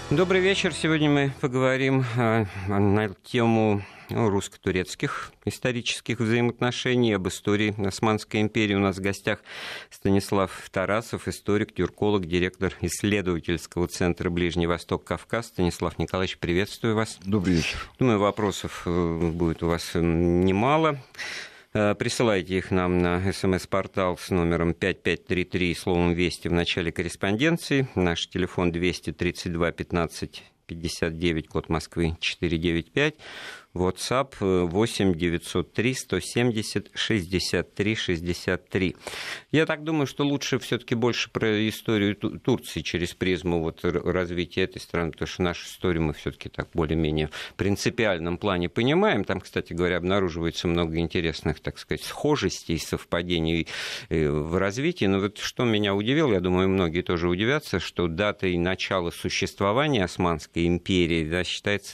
Добрый вечер. Сегодня мы поговорим на тему русско-турецких исторических взаимоотношений, об истории Османской империи. У нас в гостях Станислав Тарасов, историк, тюрколог, директор исследовательского центра Ближний Восток, Кавказ. Станислав Николаевич, приветствую вас. Добрый вечер. Думаю, вопросов будет у вас немало. Присылайте их нам на СМС-портал с номером 5533 словом «Вести» в начале корреспонденции. Наш телефон 232 15 59, код Москвы 495. WhatsApp 8 903 170 63 63. Я так думаю, что лучше все-таки больше про историю Турции через призму развития этой страны, потому что нашу историю мы все-таки так более-менее в принципиальном плане понимаем. Там, кстати говоря, обнаруживается много интересных, так сказать, схожестей, совпадений в развитии. Но вот что меня удивило, я думаю, многие тоже удивятся, что датой начала существования Османской империи, считается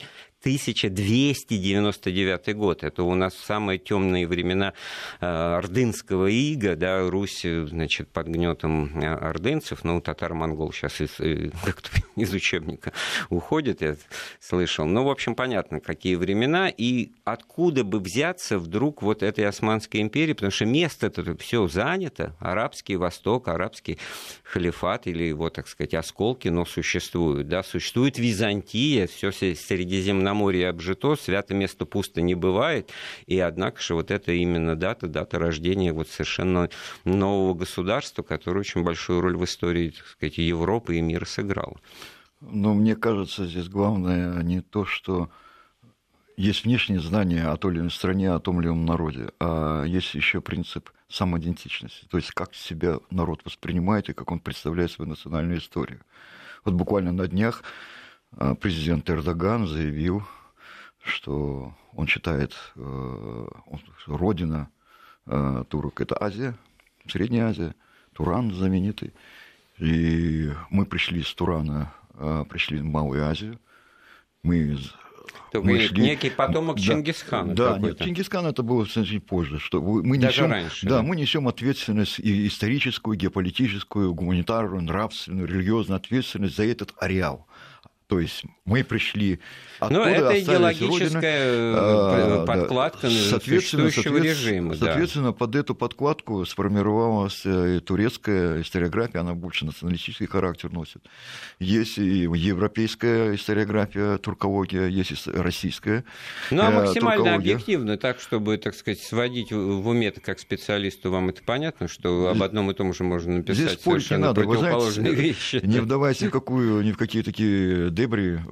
1299 год. Это у нас в самые темные времена ордынского ига, да, Русь, значит, под гнетом ордынцев, татаро-монгол сейчас из учебника уходит, я слышал. В общем, понятно, какие времена и откуда бы взяться вдруг вот этой Османской империи, потому что место-то все занято, арабский Восток, арабский халифат или его, так сказать, осколки, но существуют, да, существует Византия, все Средиземноморье обжито, свято место пусто не бывает, и однако же вот это именно дата рождения вот совершенно нового государства, которое очень большую роль в истории, так сказать, Европы и мира сыграло. Мне кажется, здесь главное не то, что есть внешние знания о той или иной стране, о том или ином народе, а есть еще принцип самоидентичности, то есть как себя народ воспринимает и как он представляет свою национальную историю. Вот буквально на днях президент Эрдоган заявил, что он считает, что родина турок – это Азия, Средняя Азия, Туран знаменитый. И мы пришли с Турана, пришли в Малую Азию. Мы шли... Некий потомок Чингисхана. Да, нет, Чингисхан это было чуть позже. Что мы даже несем, раньше. Да, мы несем ответственность и историческую, геополитическую, гуманитарную, нравственную, религиозную ответственность за этот ареал. То есть мы пришли оттуда, это идеологическая подкладка существующего режима. Соответственно, под эту подкладку сформировалась и турецкая историография, она больше националистический характер носит. Есть и европейская историография, туркология, есть и российская максимально туркология. Объективно, так, чтобы, так сказать, сводить в уме, как специалисту, вам это понятно, что об одном и том же можно написать здесь совершенно противоположные вещи. Не вдаваясь ни в какие такие дебри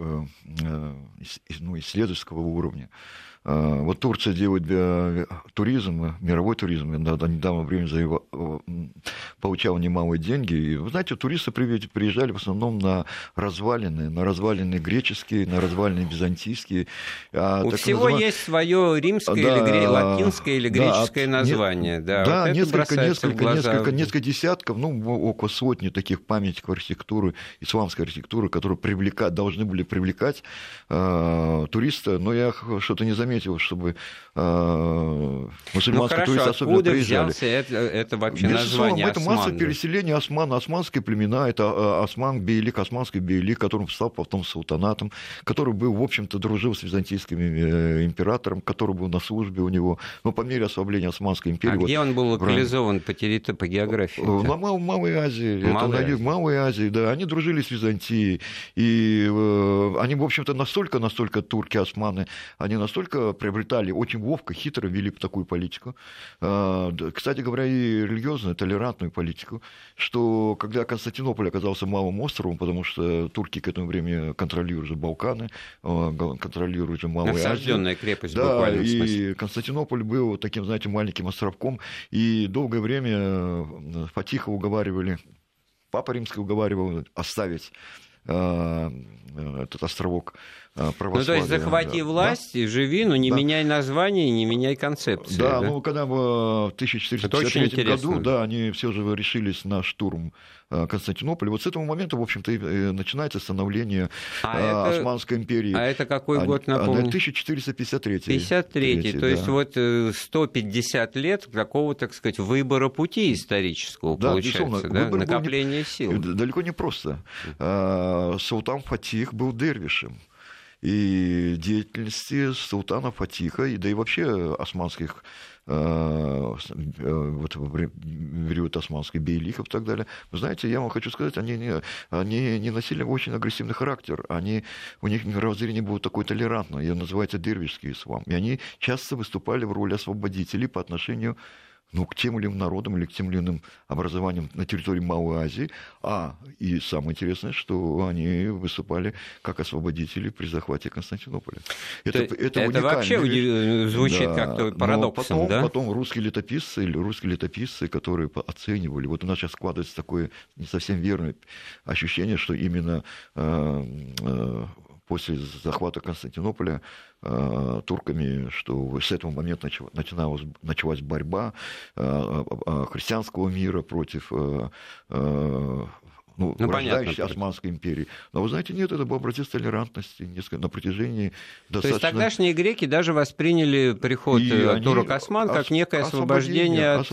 исследовательского уровня. Вот Турция делает для туризма, мировой туризм, до недавнего времени получала немалые деньги. И, вы знаете, туристы приезжали в основном на развалины греческие, на развалины византийские. У всего есть свое римское или латинское или греческое название. Несколько десятков, около сотни таких памятников архитектуры, исламской архитектуры, которые должны были привлекать туриста, но я что-то не заметил, чтобы мусульманские туристы особенно приезжали. Откуда взялся это вообще название это масса переселения османские племена, это Осман-Бейлик, османский Бейлик, который стал потом султанатом, который был, в общем-то, дружил с византийским императором, который был на службе у него, но по мере ослабления Османской империи. Где он был локализован по географии? В Малой Азии. В Малой Азии, да. Они дружили с Византией, и они, в общем-то, настолько турки, османы, они настолько приобретали, очень ловко, хитро вели такую политику. Кстати говоря, и религиозную, толерантную политику, что когда Константинополь оказался малым островом, потому что турки к этому времени контролируют уже Балканы, контролируют уже Малую Азию. Осажденная крепость, да, буквально. И Константинополь был таким, знаете, маленьким островком, и долгое время Фатиха уговаривали, Папа Римский уговаривал оставить этот островок православия. То есть захвати власть и живи, но не меняй название, не меняй концепции. Да, когда в 1453 году они все же решились на штурм Константинополя. Вот с этого момента, в общем-то, и начинается становление Османской империи. А это какой год, напомню? 1453. 53-й, то есть вот 150 лет такого, так сказать, выбора пути исторического, получается, да? Накопление сил. Далеко не просто. Султан Фатих был дервишем. И деятельности султана Фатиха, да и вообще османских, вот в период османских бейлихов и так далее, вы знаете, я вам хочу сказать, они не носили очень агрессивный характер, у них мировоззрение было такое толерантное, ее называется дервишский ислам, и они часто выступали в роли освободителей по отношению к тем или иным народам или к тем или иным образованиям на территории Малой Азии. И самое интересное, что они выступали как освободители при захвате Константинополя. Это вообще звучит как-то парадоксом, да? Потом русские летописцы, которые оценивали, вот у нас сейчас складывается такое не совсем верное ощущение, что именно после захвата Константинополя турками, что с этого момента началась борьба христианского мира против рождающейся Османской империи. Но вы знаете, нет, это был образец толерантности на протяжении достаточно... То есть тогдашние греки даже восприняли приход турок-осман как некое освобождение от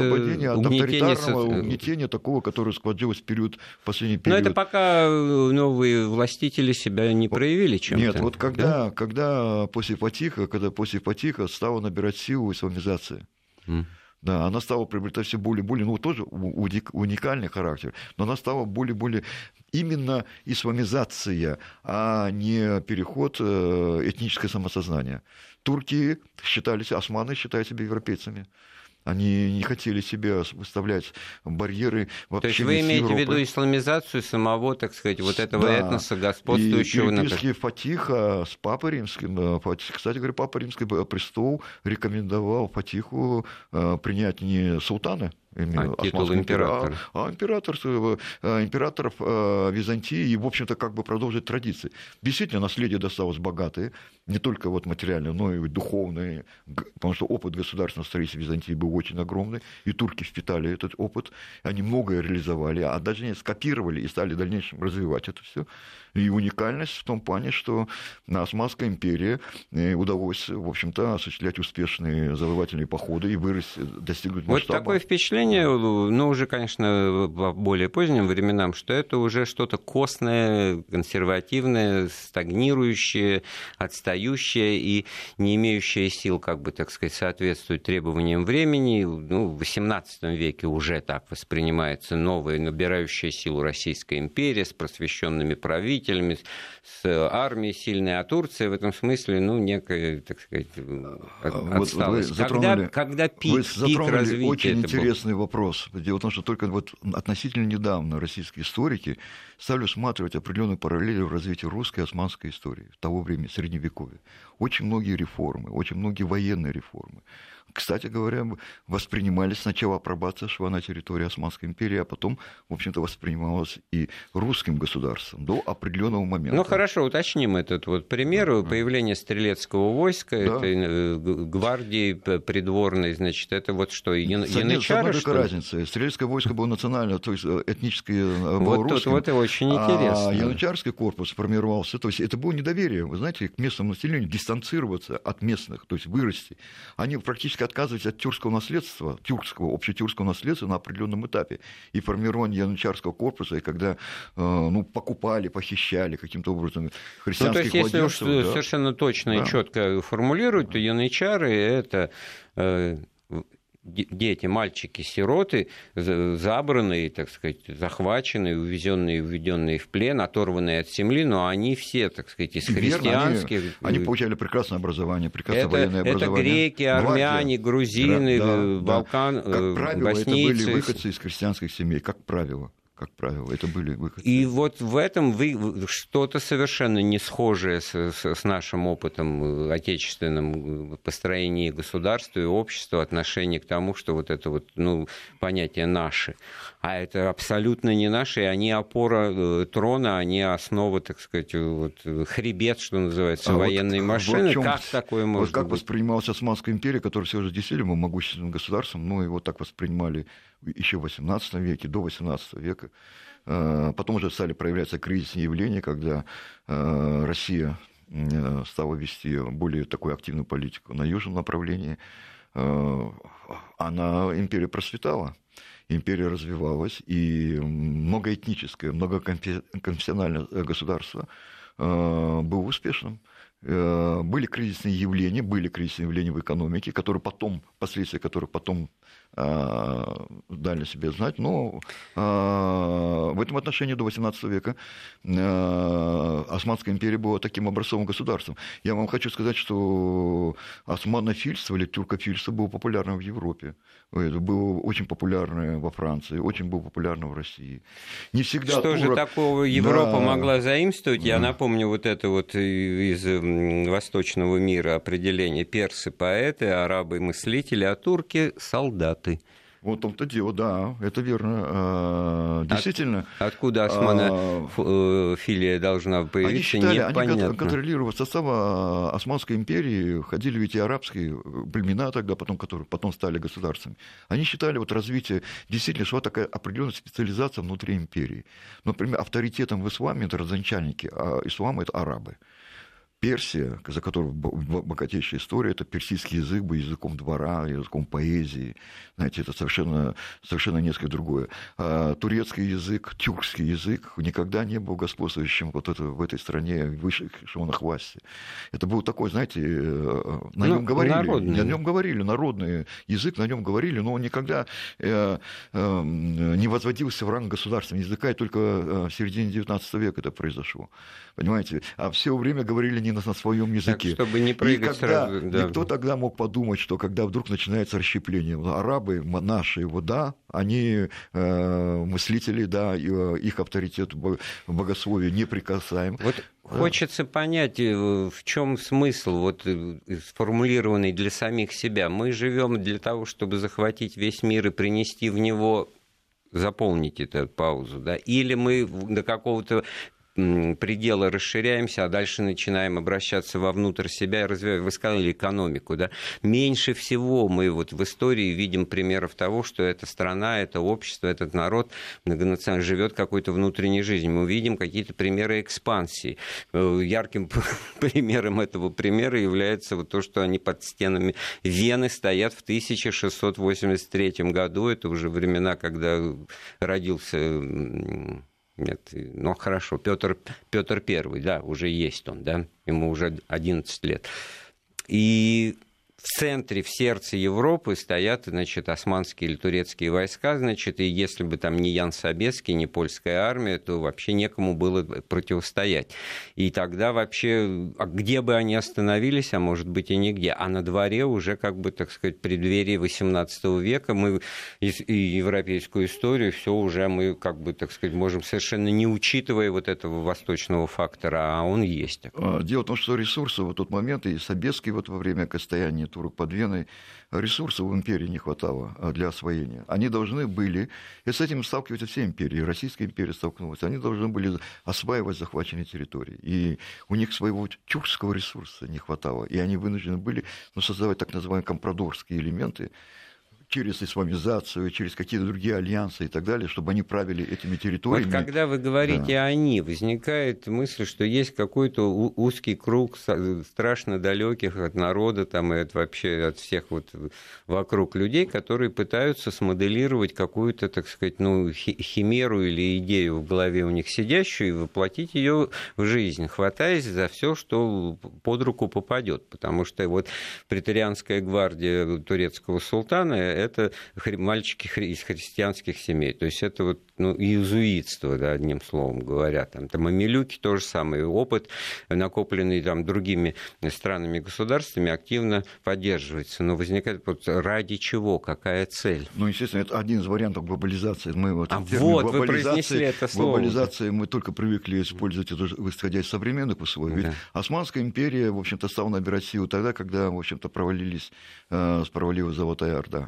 угнетения такого, которое складывалось в последний период. Но это пока новые властители себя не проявили чем-то. Нет, вот когда после Фатиха стала набирать силу исламизация. Да, она стала приобретать все более, тоже уникальный характер, но она стала более именно исламизация, а не переход этническое самосознание. Турки османы считают себя европейцами. Они не хотели себе выставлять барьеры в общении с Европой. То есть вы имеете в виду исламизацию самого, так сказать, вот этого этноса господствующего? И переписки Фатиха с Папой Римским. Кстати говоря, Папа Римский престол рекомендовал Фатиху принять не султана, титул императора, императоров Византии и, в общем-то, как бы продолжить традиции. Действительно, наследие досталось богатое, не только вот материальное, но и духовное, потому что опыт государственного строительства Византии был очень огромный, и турки впитали этот опыт, они многое реализовали, а даже скопировали и стали в дальнейшем развивать это все. И уникальность в том плане, что Османской империи удалось, в общем-то, осуществлять успешные завоевательные походы и достигнуть масштаба. Вот такое впечатление, уже, конечно, в более поздним временам, что это уже что-то костное, консервативное, стагнирующее, отстающее и не имеющее сил, как бы, так сказать, соответствовать требованиям времени. В XVIII веке уже так воспринимается новая, набирающая силу Российская империя с просвещенными правителями, с армией сильной, а Турция в этом смысле, некая, так сказать, отсталость. Когда пик развития? Очень интересный вопрос. Дело в том, что только относительно недавно российские историки стали усматривать определенные параллели в развитии русской и османской истории того времени, Средневековья. Очень многие реформы, очень многие военные реформы, кстати говоря, воспринимались сначала апробация шла на территории Османской империи, а потом, в общем-то, воспринималась и русским государством до определенного момента. Хорошо, уточним этот пример. Появление стрелецкого войска, этой гвардии придворной, значит, это что, янычары? Нет, разница. Стрелецкое войско было национальное, то есть этническое было русским. Вот это очень интересно. А янычарский корпус формировался, то есть это было недоверие, вы знаете, к местному населению, дистанцироваться от местных, то есть вырасти. Они практически отказывались от тюркского наследства, общетюркского наследства на определенном этапе. И формирование янычарского корпуса, и когда покупали, похищали каким-то образом христианских владельцев. То есть, если уж совершенно точно и четко формулировать, то янычары — это дети, мальчики-сироты, забранные, так сказать, захваченные, уведенные в плен, оторванные от земли, но они все, так сказать, из христианских... Они получали прекрасное образование, прекрасное военное образование. Это греки, армяне, грузины, Балкан, как правило, боснийцы. Это были выходцы из крестьянских семей, как правило, это были выходцы. И вот в этом что-то совершенно не схожее с нашим опытом отечественным построения государства и общества, отношение к тому, что это понятие «наши». А это абсолютно не наши, и они опора трона, они основа, так сказать, хребет, что называется, военной машины. Как такое может быть? Как воспринималась Османская империя, которая все же действительно была могущественным государством, его так воспринимали еще в XVIII веке, до XVIII века. Потом уже стали проявляться кризисные явления, когда Россия стала вести более такую активную политику на южном направлении. Империя процветала, империя развивалась, и многоэтническое, многоконфессиональное государство было успешным. Были кризисные явления в экономике, последствия которых потом дали себе знать, но в этом отношении до XVIII века Османская империя была таким образцовым государством. Я вам хочу сказать, что османофильство или тюркофильство было популярно в Европе, это было очень популярно во Франции, очень было популярно в России. Не всегда что же такого Европа могла заимствовать? Я напомню вот это вот из восточного мира определение: персы — поэты, арабы — мыслители, а турки — солдаты. Вот в том-то дело, да, это верно. Действительно. Откуда османофилия должна появиться, непонятно. Они контролировали состав Османской империи, ходили ведь и арабские племена тогда, которые потом стали государствами. Они считали вот развитие, действительно, шла такая определенная специализация внутри империи. Например, авторитетом в исламе это родзанчальники, а ислам это арабы. Персия, за которой богатейшая история, это персидский язык был языком двора, языком поэзии. Знаете, это совершенно несколько другое. Турецкий язык, тюркский язык никогда не был господствующим в этой стране в высших эшелонах власти. Это был такой, знаете, на нем говорили, народный язык, на нем говорили, но он никогда не возводился в ранг государственного языка, и только в середине XIX века это произошло. Понимаете? А все время говорили не на своем языке. Так, чтобы не прыгать сразу. Да. Никто тогда мог подумать, что когда вдруг начинается расщепление, арабы наши, они мыслители, да, их авторитет в богословии неприкасаем. Вот хочется понять, в чем смысл, сформулированный для самих себя. Мы живем для того, чтобы захватить весь мир и принести в него, заполнить эту паузу, да? Или мы до какого-то предела расширяемся, а дальше начинаем обращаться вовнутрь себя и развивать, вы сказали, экономику. Да? Меньше всего мы в истории видим примеров того, что эта страна, это общество, этот народ многонациональный живет какой-то внутренней жизнью. Мы видим какие-то примеры экспансии. Ярким примером этого примера является то, что они под стенами Вены стоят в 1683 году. Это уже времена, когда родился... Нет, хорошо, Петр I, да, уже есть он, да, ему уже 11 лет. И в центре, в сердце Европы стоят, османские или турецкие войска, и если бы там не Ян Собеский, не польская армия, то вообще некому было противостоять. И тогда вообще, где бы они остановились, а может быть и нигде, а на дворе уже, преддверии XVIII века, мы и европейскую историю, все уже мы, можем совершенно не учитывая этого восточного фактора, а он есть. Дело в том, что ресурсы в тот момент, и Собеский во время стояния турок под Веной, ресурсов в империи не хватало для освоения. Они должны были, и с этим сталкиваются все империи, Российская империя столкнулась, они должны были осваивать захваченные территории. И у них своего тюркского ресурса не хватало. И они вынуждены были создавать так называемые компрадорские элементы, через исламизацию, через какие-то другие альянсы и так далее, чтобы они правили этими территориями. Когда вы говорите «они», возникает мысль, что есть какой-то узкий круг страшно далеких от народа и вообще от всех вокруг людей, которые пытаются смоделировать какую-то, химеру или идею в голове у них сидящую и воплотить ее в жизнь, хватаясь за все, что под руку попадет. Потому что преторианская гвардия турецкого султана это мальчики из христианских семей. То есть это иезуитство, да, одним словом говоря. Там мамилюки, то же самое. Опыт, накопленный другими странами, государствами, активно поддерживается. Но возникает ради чего, какая цель? Естественно, это один из вариантов глобализации. Вы произнесли это слово. Глобализация мы только привыкли использовать это, исходя из современных условий. Ведь Османская империя, в общем-то, стала набирать силу тогда, когда, в общем-то, провалилась Золотая Орда.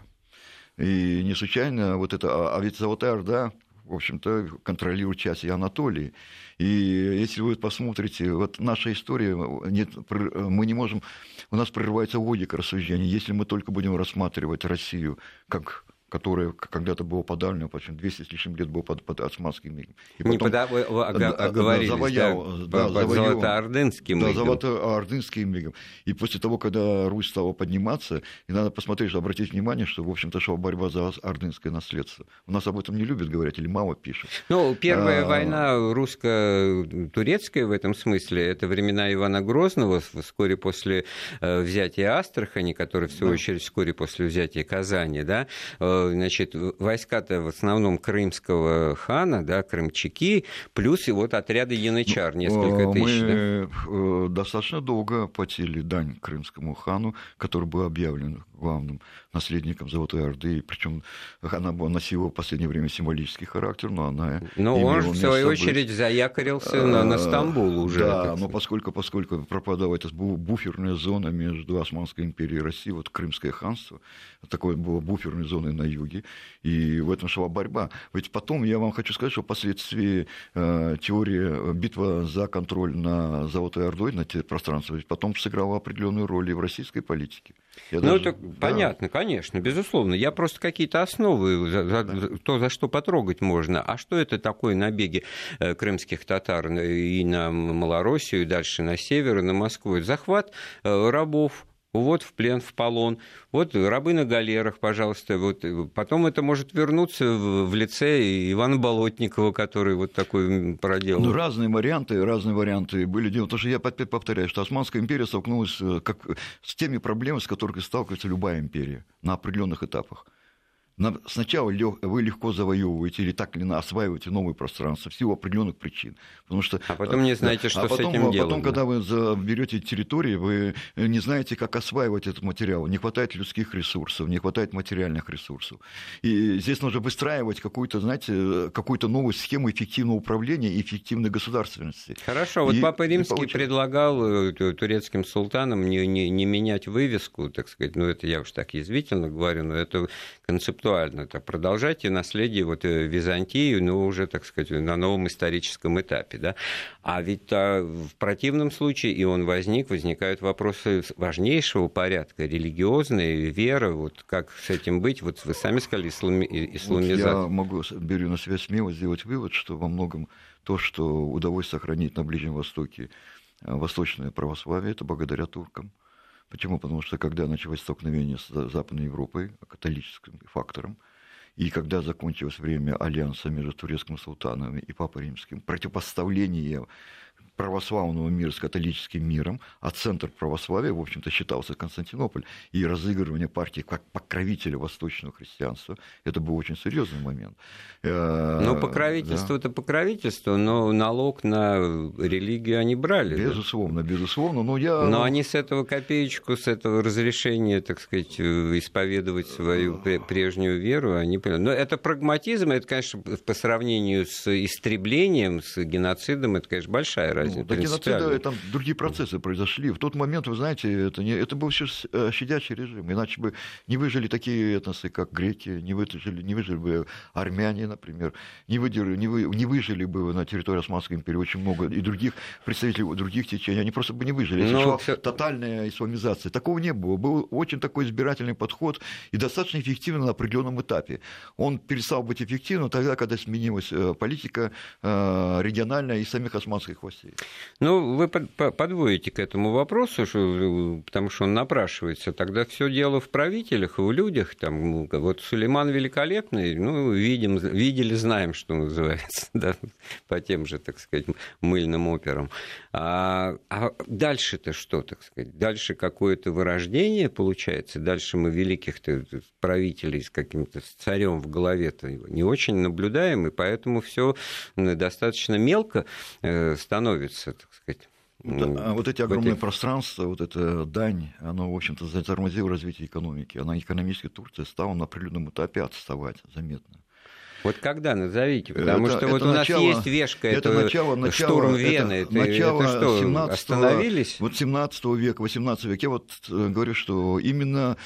И не случайно а ведь Золотая Орда, в общем-то, контролирует часть и Анатолии. И если вы посмотрите, наша история, мы не можем, у нас прерывается логика рассуждений. Если мы только будем рассматривать Россию как которое когда-то было подавлено, почти 200 с лишним лет было под османским игом. Не оговорились, под Золотоордынским игом. Да, Золотоордынским игом. И после того, когда Русь стала подниматься, и надо посмотреть, обратить внимание, что, в общем-то, шла борьба за ордынское наследство. У нас об этом не любят говорить или мало пишут. Ну, первая война русско-турецкая в этом смысле, это времена Ивана Грозного, вскоре после взятия Астрахани, который, в свою очередь, вскоре после взятия Казани, да, значит, войска-то в основном крымского хана, да, крымчаки, плюс и вот отряды янычар, несколько тысяч. Мы достаточно долго платили дань крымскому хану, который был объявлен главным наследником Золотой Орды, причем она носила в последнее время символический характер, но она... Но он же, в свою очередь, заякорился на Стамбул уже. Да, но поскольку пропадала эта буферная зона между Османской империей и Россией, вот Крымское ханство, такое было буферной зоной на юге, и в этом шла борьба. Ведь потом, я вам хочу сказать, что впоследствии теория битва за контроль на Золотой Ордой, на те пространства, ведь потом сыграла определенную роль и в российской политике. Это понятно, конечно, безусловно. Я просто какие-то основы, за что потрогать можно. А что это такое набеги крымских татар и на Малороссию, и дальше на север, и на Москву? Захват рабов. Вот в плен, в полон. Вот рабы на галерах, пожалуйста. Вот. Потом это может вернуться в лице Ивана Болотникова, который вот такой проделал. Ну, разные варианты были. Дело в том, что я повторяю, что Османская империя столкнулась с теми проблемами, с которыми сталкивается любая империя на определенных этапах. Сначала вы легко завоевываете или так или иначе осваиваете новые пространства в силу определенных причин. Потому что, а потом не знаете, что с этим делать. Потом, когда вы берете территории, вы не знаете, как осваивать этот материал. Не хватает людских ресурсов, не хватает материальных ресурсов. И здесь нужно выстраивать какую-то новую схему эффективного управления и эффективной государственности. Хорошо, вот Папа Римский предлагал турецким султанам не менять вывеску, так сказать, это я уж так язвительно говорю, но это концептуально. Так, продолжайте наследие Византии, уже, так сказать, на новом историческом этапе. Да? А ведь в противном случае, и он возникают вопросы важнейшего порядка, религиозные, вера, как с этим быть, вы сами сказали, исламизация. Я беру на себя смелость сделать вывод, что во многом то, что удалось сохранить на Ближнем Востоке восточное православие, это благодаря туркам. Почему? Потому что когда началось столкновение с Западной Европой, католическим фактором, и когда закончилось время альянса между турецким султаном и Папой Римским, противопоставление православного мира с католическим миром, а центр православия, в общем-то, считался Константинополь, и разыгрывание партии как покровителя восточного христианства, это был очень серьезный момент. Покровительство это покровительство, но налог на религию они брали. Безусловно. Но они с этого копеечку, с этого разрешения, так сказать, исповедовать свою прежнюю веру, они... Но это прагматизм, это, конечно, по сравнению с истреблением, с геноцидом, это, конечно, большая разница. До геноцида там другие процессы произошли. В тот момент, вы знаете, это был еще щадящий режим. Иначе бы не выжили такие этносы, как греки, не выжили бы армяне, например, не выжили бы на территории Османской империи очень много и других представителей других течений. Они просто бы не выжили. Это шла тотальная исламизация. Такого не было. Был очень такой избирательный подход и достаточно эффективный на определенном этапе. Он перестал быть эффективным тогда, когда сменилась политика региональная и самих османских властей. Вы подводите к этому вопросу, потому что он напрашивается. Тогда все дело в правителях и в людях. Вот Сулейман Великолепный, видели, знаем, что называется, да, по тем же, так сказать, мыльным операм. А дальше-то что, так сказать? Дальше какое-то вырождение получается? Дальше мы великих-то правителей с каким-то царем в голове-то не очень наблюдаем, и поэтому все достаточно мелко становится, так сказать. Да, вот эти огромные пространства, вот эта дань, она, в общем-то, затормозила развитие экономики. Она экономически, Турция стала на определенном этапе отставать заметно. Вот когда, назовите, потому что вот у нас есть вешка, это штурм Вены, это что, 17 остановились? Вот 17 века, 18 века, я вот говорю, что именно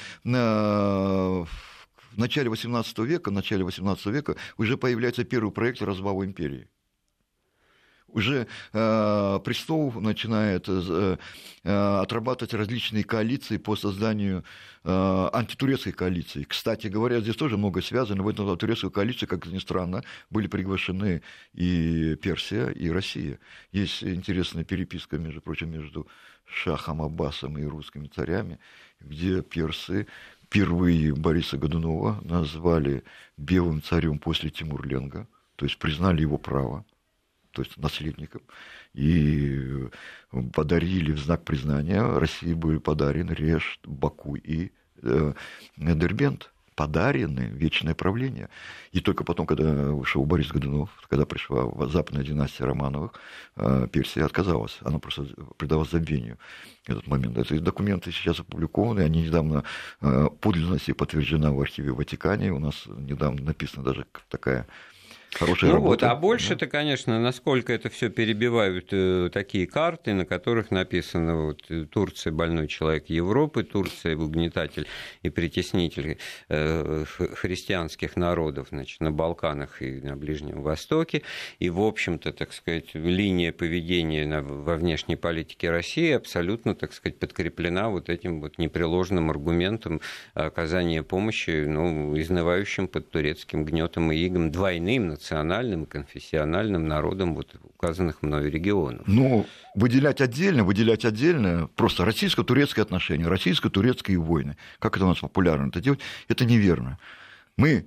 в начале 18 века уже появляется первый проект развала империи. уже престол начинает отрабатывать различные коалиции по созданию антитурецкой коалиции. Кстати говоря, здесь тоже многое связано. В эту турецкую коалицию, как ни странно, были приглашены и Персия, и Россия. Есть интересная переписка, между прочим, между Шахом Аббасом и русскими царями, где персы впервые Бориса Годунова назвали белым царем после Тимур-Ленга, то есть признали его право, то есть наследником, и подарили в знак признания, России были подарены Решт, Баку и Дербент, подарены вечное правление. И только потом, когда ушел Борис Годунов, когда пришла западная династия Романовых, Персия отказалась, она просто предалась забвению этот момент. Эти документы сейчас опубликованы, они недавно подлинность подтверждена в архиве Ватикане, у нас недавно написана даже такая хорошая работа. А больше-то, конечно, насколько это все перебивают такие карты, на которых написано вот, Турция больной человек Европы, Турция угнетатель и притеснитель христианских народов, значит, на Балканах и на Ближнем Востоке. И, в общем-то, так сказать, линия поведения во внешней политике России абсолютно, так сказать, подкреплена вот этим вот непреложным аргументом оказания помощи, изнывающим под турецким гнетом и игом двойным национальным и конфессиональным народам вот указанных мной регионов. Выделять отдельно просто российско-турецкие отношения, российско-турецкие войны, как это у нас популярно это делать, это неверно. Мы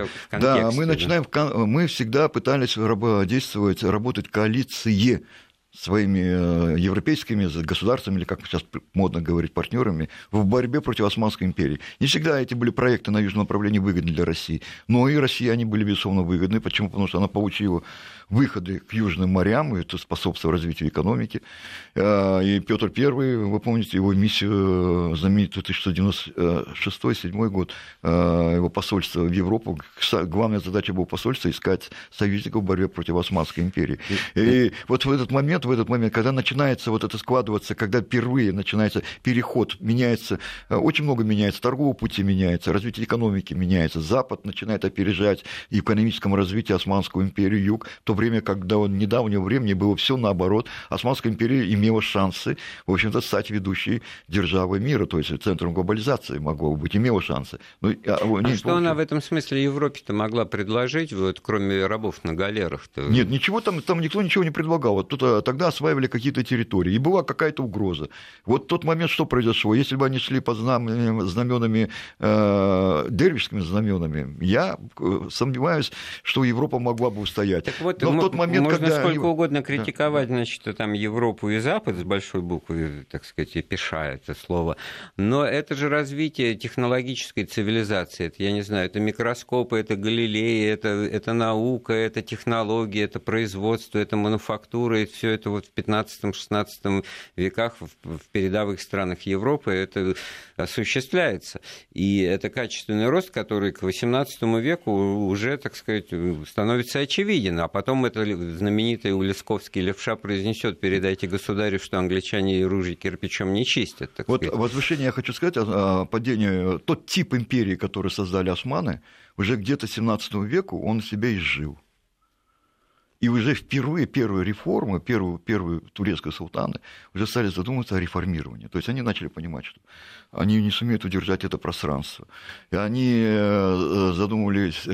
всегда пытались действовать, работать в коалиции своими европейскими государствами, или, как сейчас модно говорить, партнерами, в борьбе против Османской империи. Не всегда эти были проекты на южном направлении выгодны для России, но и России они были, безусловно, выгодны. Почему? Потому что она получила выходы к южным морям, и это способствовало развитию экономики. И Петр I, вы помните, его миссию знаменитую 1696-1697 год, его посольство в Европу, главная задача была посольства искать союзников в борьбе против Османской империи. И вот в этот момент, когда начинается вот это складываться, когда впервые начинается переход, меняется, очень много меняется, торговые пути меняются, развитие экономики меняется, Запад начинает опережать и в экономическом развитии Османскую империю, юг, в то время, когда в недавнего времени было все наоборот, Османская империя имела шансы, в общем-то, стать ведущей державой мира, то есть центром глобализации могла быть, имела шансы. Что она в этом смысле Европе-то могла предложить, вот, кроме рабов на галерах-то? Нет, ничего там никто ничего не предлагал. Тогда осваивали какие-то территории, и была какая-то угроза. Вот тот момент, что произошло, если бы они шли под знаменами, дервишскими знаменами, я сомневаюсь, что Европа могла бы устоять. Так вот, но в тот момент, можно сколько угодно критиковать, значит, там Европу и Запад с большой буквы, так сказать, и пиша это слово, но это же развитие технологической цивилизации, это, я не знаю, это микроскопы, это Галилеи, это наука, это технологии, это производство, это мануфактура, и все это вот в 15-16 веках в передовых странах Европы это осуществляется. И это качественный рост, который к XVIII веку уже, так сказать, становится очевиден. А потом это знаменитый Улисковский левша произнесет: передайте государю, что англичане и ружья кирпичом не чистят. Вот возвышение, я хочу сказать, о падении, тот тип империи, который создали османы, уже где-то 17 веку он себя изжил. И уже впервые первые реформы, первые турецкие султаны уже стали задумываться о реформировании. То есть они начали понимать, что они не сумеют удержать это пространство. И они задумывались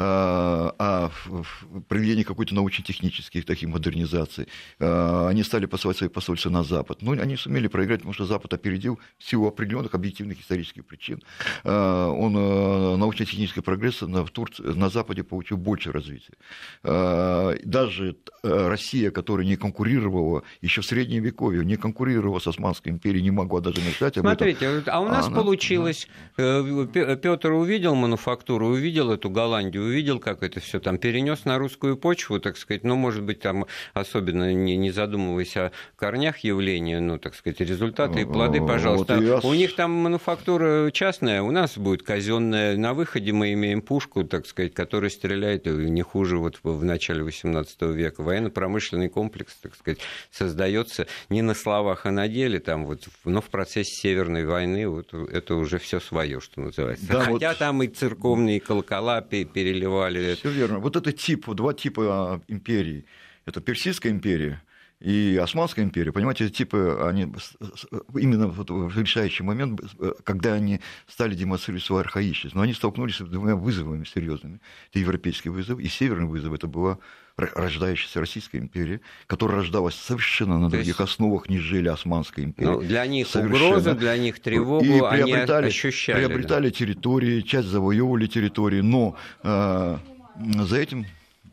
о проведении какой-то научно-технических таких модернизаций. Они стали посылать свои посольства на Запад. Но они сумели проиграть, потому что Запад опередил в силу определенных объективных исторических причин. Научно-технический прогресс на Западе получил больше развития. Даже Россия, которая не конкурировала еще в Средневековье, не конкурировала с Османской империей, не могла даже мечтать об этом. Смотрите, а у нас получилось. Петр увидел мануфактуру, увидел эту Голландию, увидел, как это все там перенес на русскую почву, так сказать, может быть, там особенно не задумываясь о корнях явления, так сказать, результаты и плоды, пожалуйста. У них там мануфактура частная, у нас будет казенная. На выходе мы имеем пушку, так сказать, которая стреляет не хуже вот в начале XVIII века. Военно-промышленный комплекс, так сказать, создается не на словах, а на деле, но в процессе Северной войны вот это уже все свое, что называется. Да, хотя там и церковные колокола переливали. Все верно. Вот это два типа империй. это Персидская империя и Османская империя, понимаете, типы, они именно в решающий момент, когда они стали демонстрировать свою архаичность, но они столкнулись с двумя вызовами серьезными. Это европейский вызов и северный вызов, это была рождающаяся Российская империя, которая рождалась совершенно на других основах, нежели Османская империя. Ну, для них угроза, для них тревогу и они ощущали. Приобретали территории, часть завоевывали территории, но за этим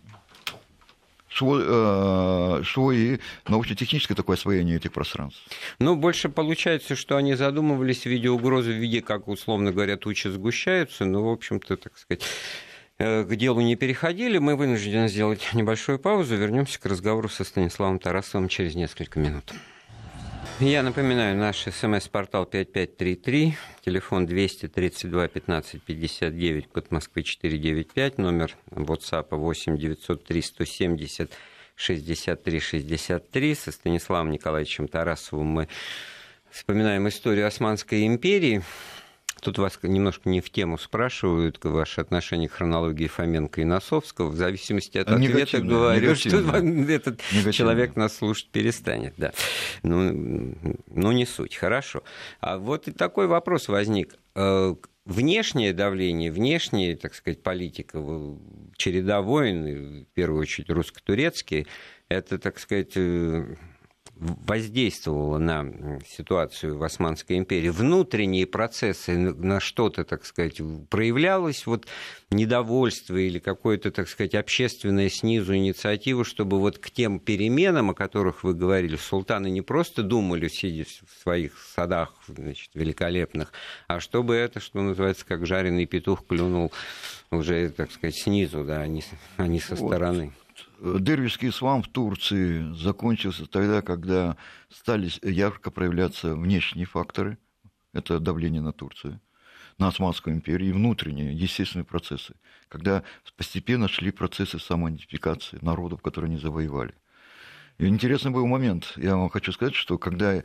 шло и научно-техническое такое освоение этих пространств. Ну, больше получается, что они задумывались в виде угрозы, в виде, как, условно говоря, тучи сгущаются, но, в общем-то, так сказать, к делу не переходили. Мы вынуждены сделать небольшую паузу. Вернемся к разговору со Станиславом Тарасовым через несколько минут. Я напоминаю, наш СМС-портал 5533, телефон 232 15 59, код Москвы 495, номер WhatsApp 8 903 170 63 63. Со Станиславом Николаевичем Тарасовым мы вспоминаем историю Османской империи. Тут вас немножко не в тему спрашивают, ваше отношение к хронологии Фоменко и Носовского. В зависимости от ответа говорю, что этот человек нас слушать перестанет. Да. Ну, не суть, хорошо. А вот и такой вопрос возник. Внешнее давление, внешняя, так сказать, политика, череда войн, в первую очередь русско-турецкие, это, так сказать, воздействовало на ситуацию в Османской империи. Внутренние процессы на что-то, так сказать, проявлялось, вот недовольство или какое-то, так сказать, общественная снизу инициатива, чтобы вот к тем переменам, о которых вы говорили, султаны не просто думали, сидя в своих садах, значит, великолепных, а чтобы это, что называется, как жареный петух клюнул уже, так сказать, снизу, да, а не со стороны. Дервишский ислам в Турции закончился тогда, когда стали ярко проявляться внешние факторы, это давление на Турцию, на Османскую империю, и внутренние, естественные процессы, когда постепенно шли процессы самоидентификации народов, которые они завоевали. И интересный был момент, я вам хочу сказать, что когда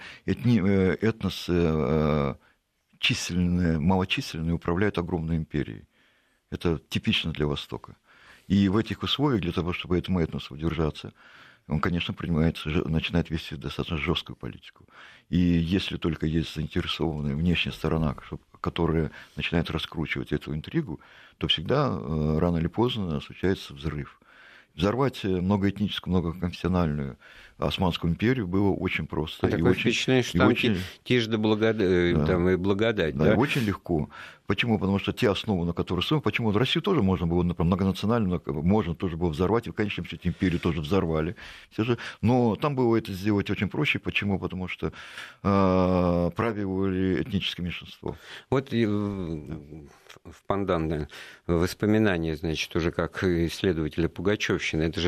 этносы численные, малочисленные управляют огромной империей, это типично для Востока. И в этих условиях, для того, чтобы этому этносу удержаться, он, конечно, начинает вести достаточно жесткую политику. И если только есть заинтересованная внешняя сторона, которая начинает раскручивать эту интригу, то всегда рано или поздно случается взрыв. Взорвать многоэтническую, многоконфессиональную Османскую империю было очень просто. Такое впечатление, что там тишь да благодать, там и благодать. Да, и очень легко. Почему? Потому что те основы, на которые строим, почему Россию тоже можно было, например, многонациональную, можно тоже было взорвать, и в конечном счете империю тоже взорвали. Но там было это сделать очень проще. Почему? Потому что правили этническое меньшинство. Вот в панданное воспоминания, значит, уже как исследователя Пугачевщины, это же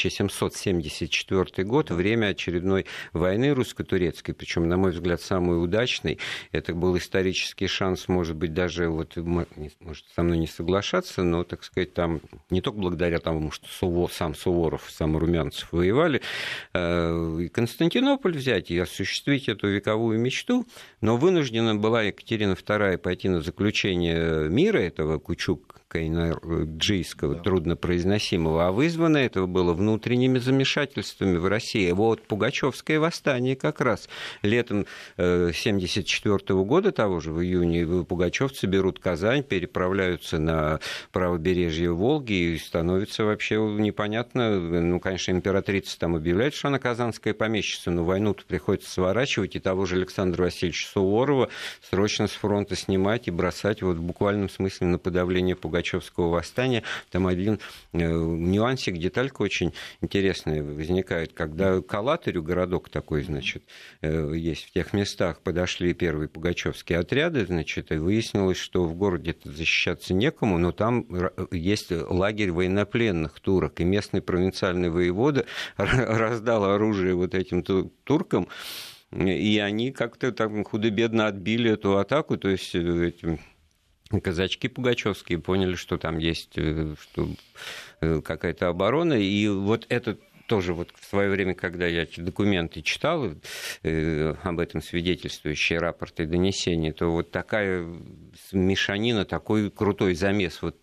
1774 год, время очередной войны русско-турецкой, причем, на мой взгляд, самый удачный. Это был исторический шанс, может быть, даже, вот, может, со мной не соглашаться, но, так сказать, там не только благодаря тому, что сам Суворов, сам Румянцев воевали, и Константинополь взять и осуществить эту вековую мечту, но вынуждена была Екатерина II пойти на заключение мира этого Кучук-Кайнарджийского, труднопроизносимого, а вызвано этого было внутренними замешательствами в России. Вот Пугачевское восстание как раз летом 1974 года, того же, в июне, пугачевцы берут Казань, переправляются на правобережье Волги, и становится вообще непонятно. Ну, конечно, императрица там объявляет, что она казанская помещица, но войну-то приходится сворачивать, и того же Александра Васильевича Суворова срочно с фронта снимать и бросать вот в буквальном смысле на подавление Пугачевского восстания. Там один нюансик, деталька очень интересная возникает, когда к Алатырю, городок такой, значит, есть в тех местах, подошли первые пугачевские отряды, значит, и выяснилось, что в городе защищаться некому, но там есть лагерь военнопленных турок, и местный провинциальный воевода раздал оружие вот этим туркам, и они как-то там худо-бедно отбили эту атаку, то есть эти казачки пугачевские поняли, что там есть какая-то оборона, и вот это тоже вот в свое время, когда я эти документы читал, об этом свидетельствующие рапорты и донесения, то вот такая мешанина, такой крутой замес вот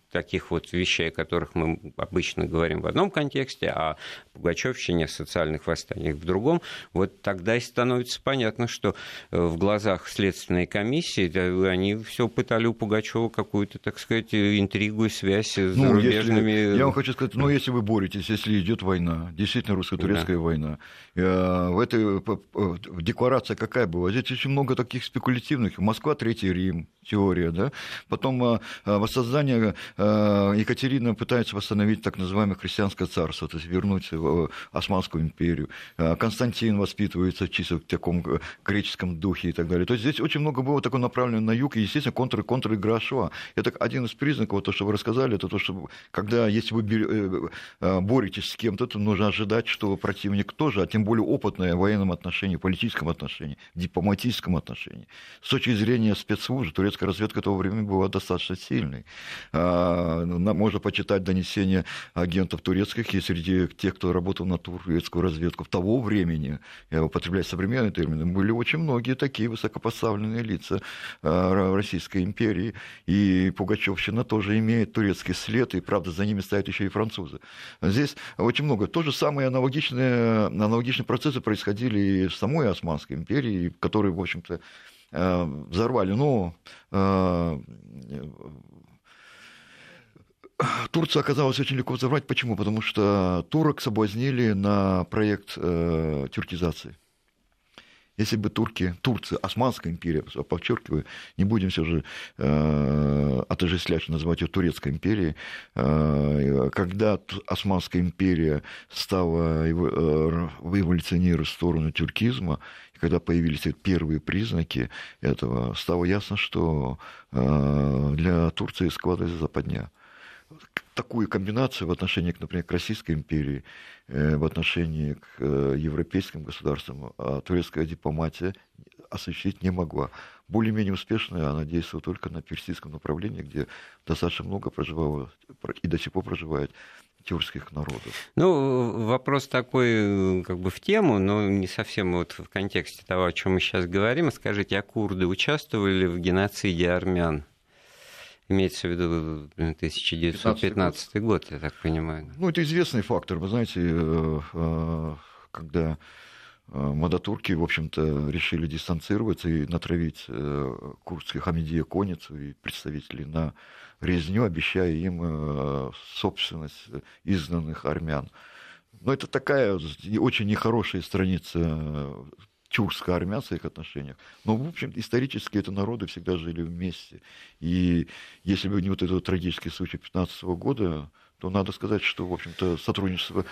таких вот вещей, о которых мы обычно говорим в одном контексте, а пугачевщине, социальных восстаниях в другом, вот тогда и становится понятно, что в глазах Следственной комиссии они все пытали у Пугачева какую-то, так сказать, интригу и связь с зарубежными... Я вам хочу сказать, если вы боретесь, если идет война, действительно русско-турецкая война, в этой декларация какая была? Здесь очень много таких спекулятивных. Москва, Третий Рим, теория, да? Потом воссоздание, Екатерина пытается восстановить так называемое христианское царство, то есть вернуть Османскую империю. Константин воспитывается в чисто таком греческом духе и так далее. То есть здесь очень много было такое направлено на юг, и, естественно, контр-игра шла. Это один из признаков, то, что вы рассказали, это то, что если вы боретесь с кем-то, то нужно ожидать, что противник тоже, а тем более опытный в военном отношении, в политическом отношении, в дипломатическом отношении. С точки зрения спецслужб, турецкая разведка того времени была достаточно сильной. Можно почитать донесения агентов турецких, и среди тех, кто работал на турецкую разведку в того времени, я употребляю современные термины, были очень многие такие высокопоставленные лица Российской империи, и Пугачевщина тоже имеет турецкий след, и, правда, за ними стоят еще и французы. Здесь очень много. То же самое аналогичные процессы происходили и в самой Османской империи, которые, в общем-то, взорвали. Но Турция оказалась очень легко взорвать. Почему? Потому что турок соблазнили на проект тюркизации. Если бы Турция, Османская империя, подчеркиваю, не будем все же отождествлять, называть ее Турецкой империей, когда Османская империя стала эволюционировать в сторону тюркизма, и когда появились первые признаки этого, стало ясно, что для Турции складывается западня. Такую комбинацию в отношении, например, к Российской империи, в отношении к европейским государствам, турецкая дипломатия осуществить не могла. Более-менее успешно она действовала только на персидском направлении, где достаточно много проживало и до сих пор проживает тюркских народов. Ну, вопрос такой, как бы в тему, но не совсем вот в контексте того, о чем мы сейчас говорим. Скажите, а курды участвовали в геноциде армян? Имеется в виду 1915 год, я так понимаю. Ну, это известный фактор. Вы знаете, когда мадатурки, в общем-то, решили дистанцироваться и натравить курдских Хамидия Конницу и представителей на резню, обещая им собственность изгнанных армян. Но это такая очень нехорошая страница тюркско-армянских отношениях. Но, в общем, исторически эти народы всегда жили вместе. И если бы не вот этот трагический случай 2015 года, то надо сказать, что, в общем-то, сотрудничество,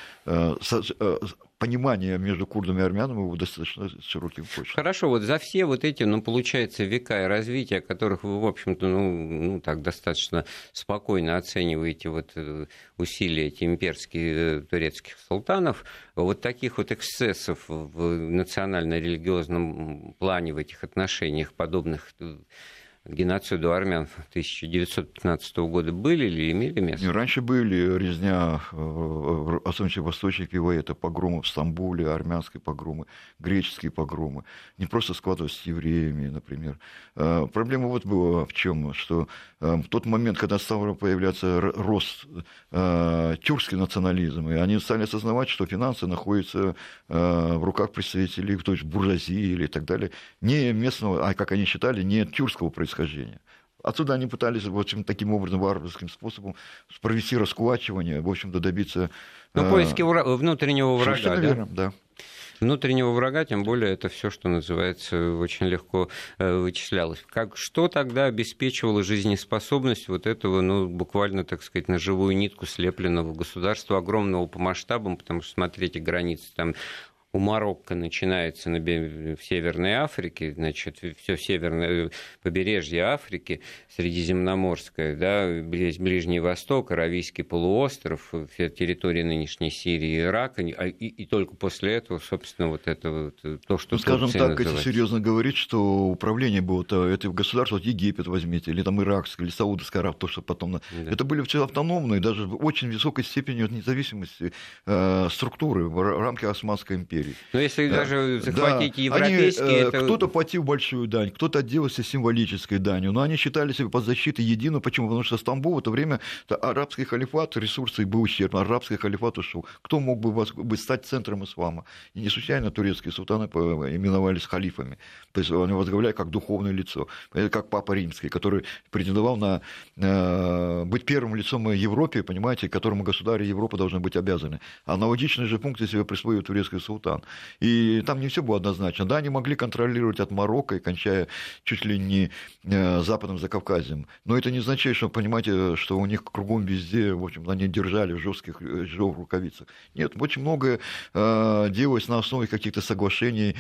понимание между курдами и армянами его достаточно широким почвам. Хорошо, вот за все вот эти, получается, века и развития, которых вы, в общем-то, так достаточно спокойно оцениваете вот усилия эти имперских турецких султанов, вот таких вот эксцессов в национально-религиозном плане в этих отношениях, подобных геноциду армян 1915 года были или имели место? Раньше были резня, особенно в Восточной Кривой, это погромы в Стамбуле, армянские погромы, греческие погромы. Не просто складывались с евреями, например. Проблема вот была в чем, что в тот момент, когда стал появляться рост тюркский национализм, и они стали осознавать, что финансы находятся в руках представителей, то есть буржуазии или так далее, не местного, а, как они считали, не тюркского происхождения. Отсюда они пытались, в общем, таким образом, варварским способом провести раскулачивание, в общем-то, добиться... поиски внутреннего врага, совершенно верно, да. Внутреннего врага, тем более, это все, что называется, очень легко вычислялось. Что тогда обеспечивало жизнеспособность вот этого, буквально, так сказать, на живую нитку слепленного государства, огромного по масштабам, потому что, смотрите, границы там... У Марокко начинается в Северной Африке, значит, все северное побережье Африки, Средиземноморское, да, Ближний Восток, Аравийский полуостров, вся территория нынешней Сирии и Ирака, и только после этого, собственно, вот это вот, то, что скажем так, называется. если серьезно говорить, что управление было, это государство, вот Египет возьмите, или там Иракское, или Саудовская Аравия, то, что потом... Да. Это были все автономные, даже в очень высокой степени от независимости структуры в рамках Османской империи. империи. Но если даже захватить европейские... Кто-то платил большую дань, кто-то отделался символической данью, но они считали себя под защитой единого. Почему? Потому что Стамбул в это время, арабский халифат, ресурсы был ущерб, арабский халифат ушел. Кто мог бы стать центром ислама? И не случайно турецкие султаны именовались халифами. То есть они возглавляли как духовное лицо, как Папа Римский, который претендовал на быть первым лицом в Европе, понимаете, которому государи Европы должны быть обязаны. Аналогичные же пункты себе присвоил турецкий султан. И там не все было однозначно. Да, они могли контролировать от Марокко и кончая чуть ли не Западным Закавказьем. Но это не означает, что, понимаете, что у них кругом везде, в общем, они держали в жестких рукавицах. Нет, очень многое делалось на основе каких-то соглашений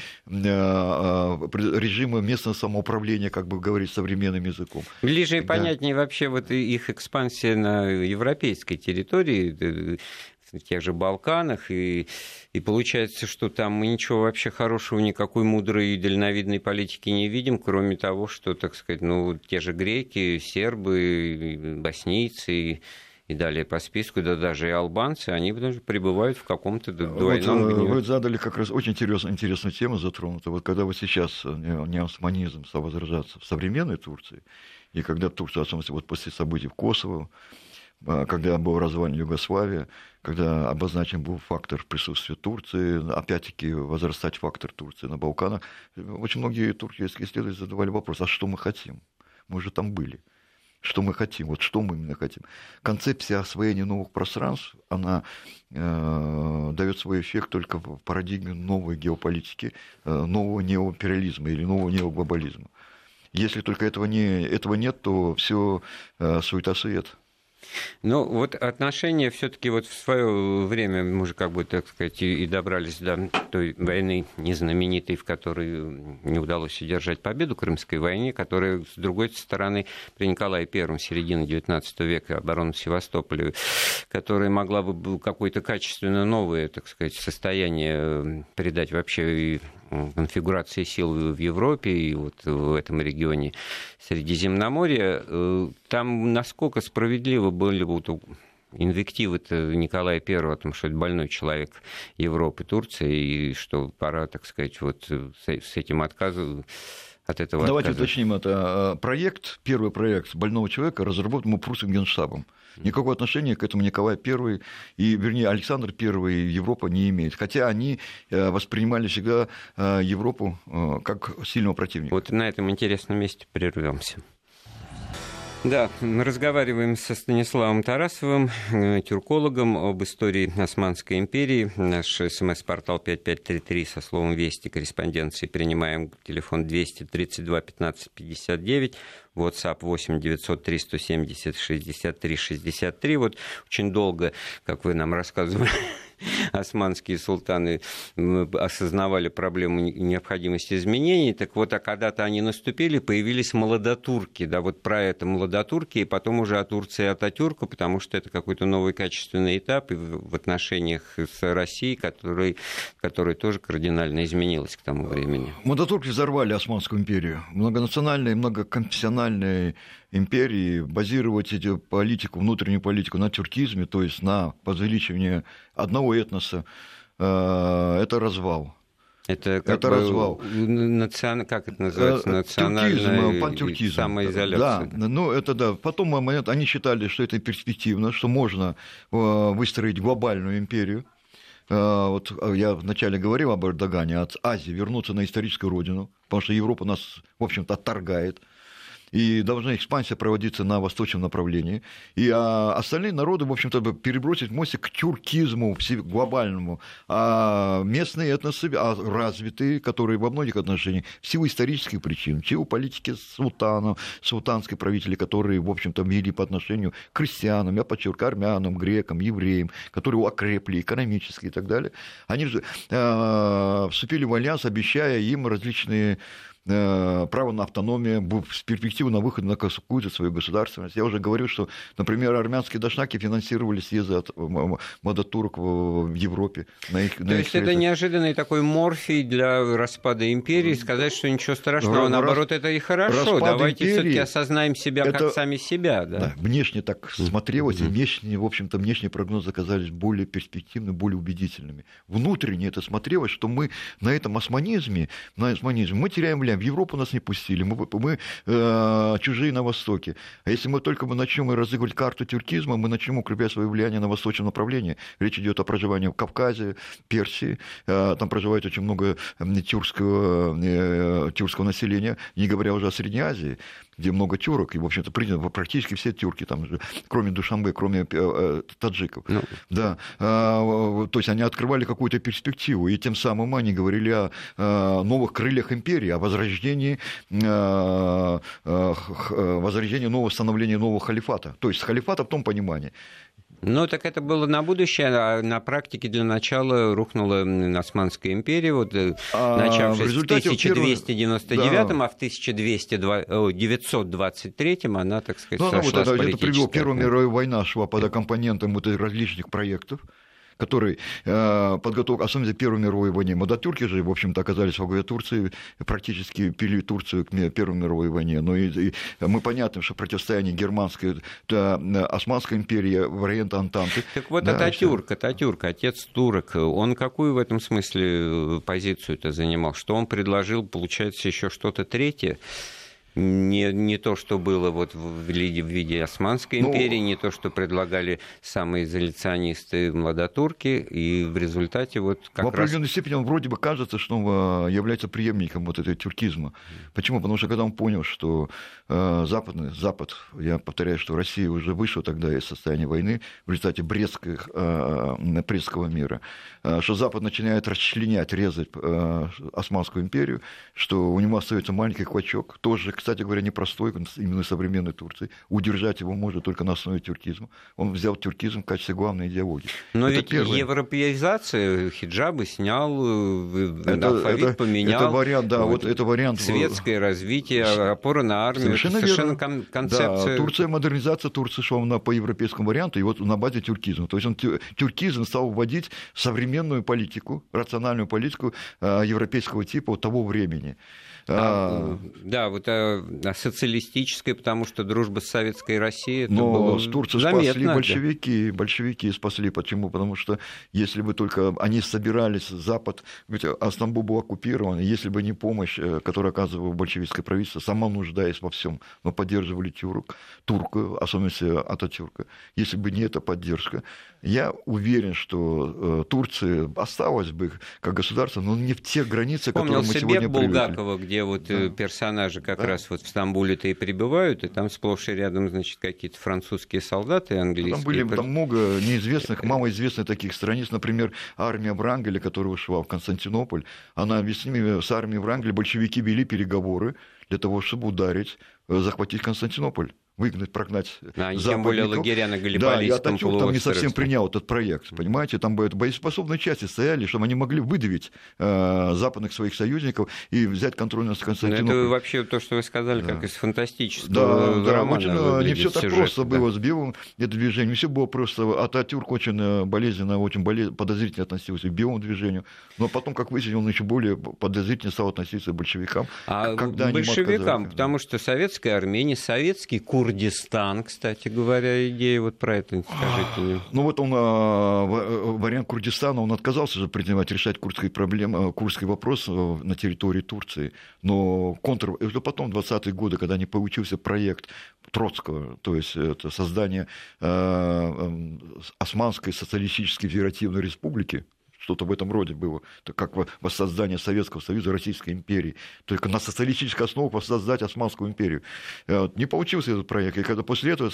режима местного самоуправления, как бы говорить современным языком. Ближе и понятнее вообще вот их экспансия на европейской территории, в тех же Балканах, и получается, что там мы ничего вообще хорошего, никакой мудрой и дальновидной политики не видим, кроме того, что, так сказать, те же греки, сербы, боснийцы и далее по списку, да даже и албанцы, они даже пребывают в каком-то двойном гневе. Вы задали как раз очень интересную тему, затронутую. Вот когда сейчас неосманизм стал возрождаться в современной Турции, и когда Турция, в смысле, вот после событий в Косово, когда была развалена Югославия, когда обозначен был фактор присутствия Турции, опять-таки возрастать фактор Турции на Балканах, очень многие турецкие исследователи задавали вопрос, а что мы хотим? Мы же там были. Что мы хотим? Вот что мы именно хотим? Концепция освоения новых пространств, она дает свой эффект только в парадигме новой геополитики, нового неоимпериализма или нового неоглобализма. Если только этого нет, то все суета-сует. Ну, вот отношения все-таки вот в свое время мы же, как бы, так сказать, и добрались до той войны незнаменитой, в которой не удалось удержать победу, Крымской войне, которая, с другой стороны, при Николае I, середины XIX века, оборону Севастополя, которая могла бы какое-то качественно новое, так сказать, состояние придать вообще и конфигурации сил в Европе и вот в этом регионе Средиземноморья, там насколько справедливо были вот инвективы-то Николая I о том, что это больной человек Европы, Турции, и что пора, так сказать, вот с этим отказом от этого. Давайте уточним, это первый проект больного человека разработан прусским генштабом. Никакого отношения к этому Николай I, вернее, Александр I Европа не имеет. Хотя они воспринимали всегда Европу как сильного противника. Вот на этом интересном месте прервемся. Да, мы разговариваем со Станиславом Тарасовым, тюркологом, об истории Османской империи. Наш СМС-портал 5533 со словом «Вести» корреспонденции принимаем. Телефон 232 15 59. WhatsApp 8 903 170 63 63. Вот очень долго, как вы нам рассказывали, османские султаны осознавали проблему необходимости изменений. Так вот, а когда-то они наступили, появились молодотурки. Да, вот про это молодотурки, и потом уже от Турции Ататюрка, потому что это какой-то новый качественный этап в отношениях с Россией, который тоже кардинально изменилась к тому времени. Молодотурки взорвали Османскую империю. Многонациональные, многоконфессиональные империи базировать внутреннюю политику на тюркизме, то есть на возвеличивании одного этноса, это развал. Это развал. Как это называется? Национальный пантюркизм. Самоизоляция. Да. Потом они считали, что это перспективно, что можно выстроить глобальную империю. Вот я вначале говорил об Эрдогане, от Азии вернуться на историческую родину, потому что Европа нас, в общем-то, отторгает. И должна экспансия проводиться на восточном направлении. И остальные народы, в общем-то, перебросить мостик к тюркизму глобальному. А местные этносы развитые, которые во многих отношениях, в силу исторических причин, в силу политики султанской правители, которые, в общем-то, вели по отношению к крестьянам, я подчеркну, армянам, грекам, евреям, которые окрепли экономически и так далее, они вступили в альянс, обещая им различные право на автономию, перспективу на выход на какую-то свою государственность. Я уже говорил, что, например, армянские дашнаки финансировали съезды от младотурок в Европе. То есть это неожиданный такой морфий для распада империи, сказать, что ничего страшного, наоборот, это и хорошо. Давайте все-таки осознаем себя как сами себя. Да, внешне так смотрелось, и внешне, в общем-то, внешние прогнозы оказались более перспективными, более убедительными. Внутренне это смотрелось, что мы на этом османизме мы теряем влияние. В Европу нас не пустили, мы чужие на Востоке. А если мы только начнем разыгрывать карту тюркизма, мы начнем укреплять свое влияние на восточном направлении. Речь идет о проживании в Кавказе, Персии. Там проживает очень много тюркского населения, не говоря уже о Средней Азии, где много тюрок, и, в общем-то, практически все тюрки, там, кроме Душанбе, кроме таджиков. Да. То есть они открывали какую-то перспективу, и тем самым они говорили о новых крыльях империи, о возрождении нового становления нового халифата. То есть халифата в том понимании. Ну, так это было на будущее, а на практике для начала рухнула Османская империя, начавшись в 1299-м, а в 1923-м она, так сказать, сошла с политической. Это привело, Первая мировая война шла под аккомпанементом различных проектов, который подготовка, особенно в Первой мировой войне. Младотурки же, в общем-то, оказались во главе Турции, практически пили Турцию к Первой мировой войне. Но и мы понятно, что противостояние германской, Османской империи, вариант Антанты. Так вот, Ататюрк, отец турок, он какую в этом смысле позицию-то занимал? Что он предложил, получается, еще что-то третье? Не то, что было вот в виде Османской империи, не то, что предлагали самые изоляционисты младотурки, и в результате вот как раз... В определенной степени он вроде бы кажется, что он является преемником вот этого тюркизма. Почему? Потому что когда он понял, что Запад, я повторяю, что Россия уже вышла тогда из состояния войны в результате Брестского мира, что Запад начинает расчленять, резать Османскую империю, что у него остается маленький клочок, тоже, кстати говоря, непростой, именно современной Турции. Удержать его может только на основе тюркизма. Он взял тюркизм в качестве главной идеологии. Но это ведь европеизация, хиджабы снял, алфавит поменял. Это вариант, да, вот это вариант. Светское развитие, опора на армию. Совершенно концепция. Да, модернизация Турции шла по европейскому варианту, и вот на базе тюркизма. То есть тюркизм стал вводить современную политику, рациональную политику европейского типа того времени. Да, вот социалистической, потому что дружба с Советской Россией, это но было с Турции заметно, спасли большевики спасли. Почему? Потому что если бы только они собирались, Запад, ведь Стамбул был оккупирован, если бы не помощь, которую оказывало большевистское правительство, сама нуждаясь во всем, но поддерживали турку, особенно Ататюрка, если бы не эта поддержка, я уверен, что Турция осталась бы как государство, но не в тех границах, которые мы сегодня привыкли. Булгакова, где вот персонажи как раз вот в Стамбуле-то и прибывают, и там сплошь и рядом, значит, какие-то французские солдаты, английские. Там много неизвестных, малоизвестных таких страниц, например, армия Врангеля, которая шла в Константинополь, она с армией Врангеля большевики вели переговоры для того, чтобы ударить, захватить Константинополь. Выгнать, прогнать западников. Тем более лагеря на Галлиполийском полуострове. Да, и Ататюрк там не совсем принял этот проект, понимаете? Там боеспособные части стояли, чтобы они могли выдавить западных своих союзников и взять контроль над Константинополем. Это вообще то, что вы сказали, как из фантастического романа. Не все так просто было с белым это движение, не все было просто. Ататюрк очень болезненно, очень подозрительно относился к белому движению, но потом, как выяснилось, он еще более подозрительно стал относиться к большевикам. А к большевикам, потому что советская Армения, советский Курдистан, кстати говоря, идея вот про это скажите мне. Ну вот он, вариант Курдистана, он отказался же принимать, решать курдский вопрос на территории Турции, но это потом, в 20-е годы, когда не получился проект Троцкого, то есть это создание Османской социалистической федеративной республики, что-то в этом роде было, как воссоздание Советского Союза, Российской империи, только на социалистической основе воссоздать Османскую империю. Не получился этот проект, и когда после этого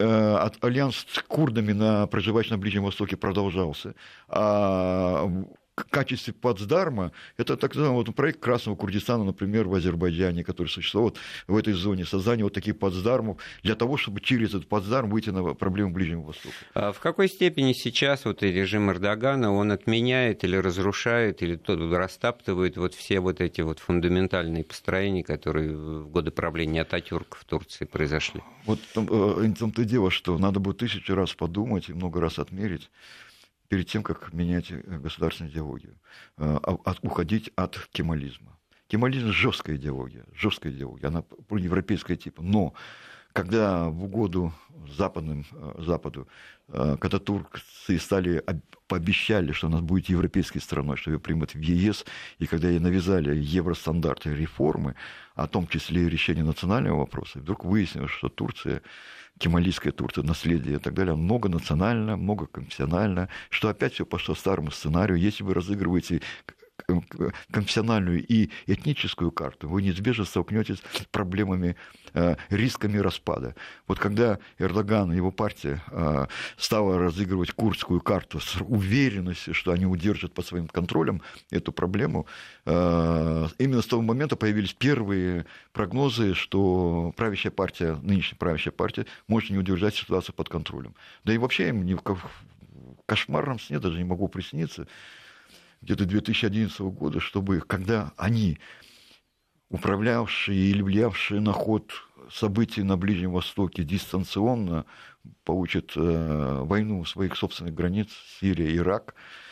альянс с курдами, проживающими на Ближнем Востоке, продолжался. качестве плацдарма, это так называемый проект Красного Курдистана, например, в Азербайджане, который существует в этой зоне, создание вот таких плацдармов для того, чтобы через этот плацдарм выйти на проблему Ближнего Востока. А в какой степени сейчас вот и режим Эрдогана, он отменяет или разрушает, или растаптывает вот все вот эти вот фундаментальные построения, которые в годы правления Ататюрка в Турции произошли? Вот в том-то и дело, что надо будет 1000 раз подумать и много раз отмерить перед тем, как менять государственную идеологию, уходить от кемализма. Кемализм – жесткая идеология, она европейского типа. Но когда в угоду Западу, когда турцы пообещали, что у нас будет европейской страной, что ее примут в ЕС, и когда ей навязали евростандарты реформы, о том числе и решение национального вопроса, вдруг выяснилось, что Турция, кемалийская Турция, наследие и так далее, многонационально, многоконфессионально, что опять все пошло по старому сценарию. Если вы разыгрываете конфессиональную и этническую карту, вы неизбежно столкнетесь с проблемами, рисками распада. Вот когда Эрдоган и его партия стала разыгрывать курдскую карту с уверенностью, что они удержат под своим контролем эту проблему, именно с того момента появились первые прогнозы, что нынешняя правящая партия может не удержать ситуацию под контролем. Да и вообще им в кошмарном сне даже не могу присниться, где-то 2011 года, чтобы, когда они, управлявшие или влиявшие на ход событий на Ближнем Востоке дистанционно, получат войну у своих собственных границ, Сирия, Ирак,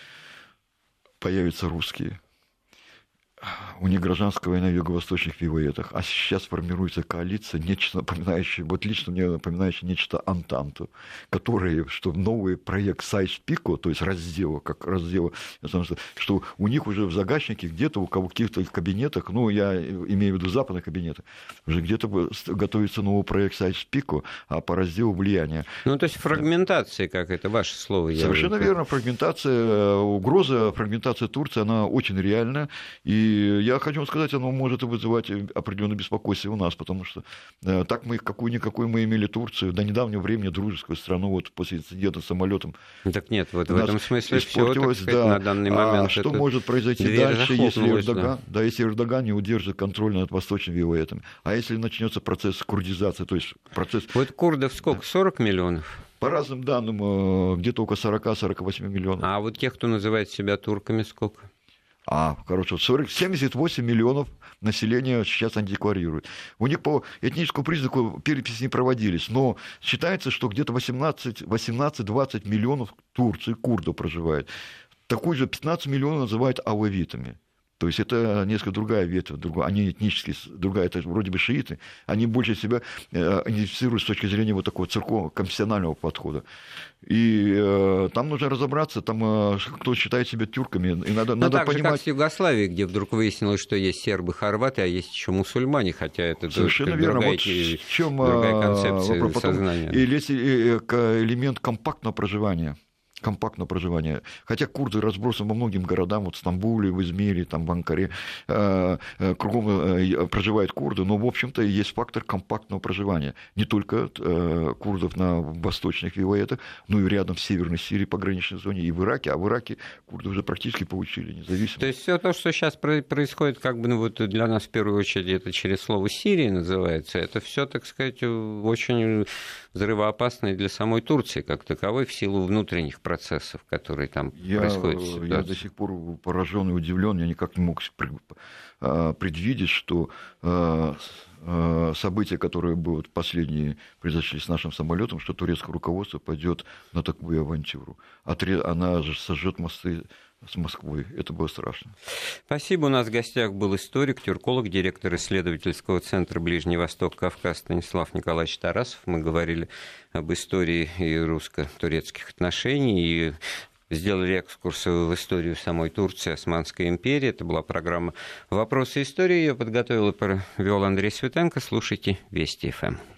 появятся русские. У них гражданская война в юго-восточных вилаятах, а сейчас формируется коалиция, нечто напоминающее, вот лично мне напоминающее нечто Антанту, которые, что новый проект Сайз-Пико, то есть раздела, что у них уже в загашнике где-то у каких-то кабинетах, я имею в виду западных кабинетах, уже где-то готовится новый проект Сайз-Пико, а по разделу влияния. То есть фрагментация, как это ваше слово. Совершенно верно, фрагментация, угроза фрагментации Турции, она очень реальна, и я хочу вам сказать, оно может вызывать определенное беспокойство у нас, потому что так мы, какую-никакую мы имели Турцию, до недавнего времени дружескую страну, вот после инцидента с самолетом. Так нет, вот в этом смысле все, так сказать, на данный момент. А что может произойти дальше, если Эрдоган не удержит контроль над восточными вилаятами? А если начнется процесс курдизации, то есть процесс... Вот курдов сколько, 40 миллионов? По разным данным, где-то около 40-48 миллионов. А вот тех, кто называет себя турками, сколько? 78 миллионов населения сейчас они декларируют. У них по этническому признаку переписи не проводились, но считается, что где-то 18-20 миллионов Турции, курдов проживает. Такой же 15 миллионов называют алавитами. То есть это несколько другая ветвь, они этнически другая, это вроде бы шииты, они больше себя идентифицируют с точки зрения вот такого церковного, конфессионального подхода. И там нужно разобраться, там кто считает себя тюрками, и надо так понимать... же, как в Югославии, где вдруг выяснилось, что есть сербы, хорваты, а есть еще мусульмане, хотя это совершенно верно. Другая, вот в чем концепция сознания. Или элемент компактного проживания. Хотя курды разбросаны по многим городам, вот в Стамбуле, в Измире, там, в Анкаре, кругом проживают курды, но, в общем-то, есть фактор компактного проживания. Не только курдов на восточных вилаятах, но и рядом в Северной Сирии, пограничной зоне, и в Ираке, а в Ираке курды уже практически получили независимость. То есть все то, что сейчас происходит, как бы, вот для нас в первую очередь это через слово «Сирия» называется, это все, так сказать, очень взрывоопасно для самой Турции как таковой в силу внутренних процессов, которые там происходят. Я до сих пор поражен и удивлен, я никак не мог предвидеть, что события, которые будут последние, произошли с нашим самолетом, что турецкое руководство пойдет на такую авантюру. Она же сожжет мосты с Москвой. Это было страшно. Спасибо. У нас в гостях был историк, тюрколог, директор исследовательского центра «Ближний Восток, Кавказ» Станислав Николаевич Тарасов. Мы говорили об истории и русско-турецких отношений, и сделали экскурс в историю самой Турции, Османской империи. Это была программа «Вопросы истории». Ее подготовил и провел Андрей Светенко. Слушайте Вести ФМ.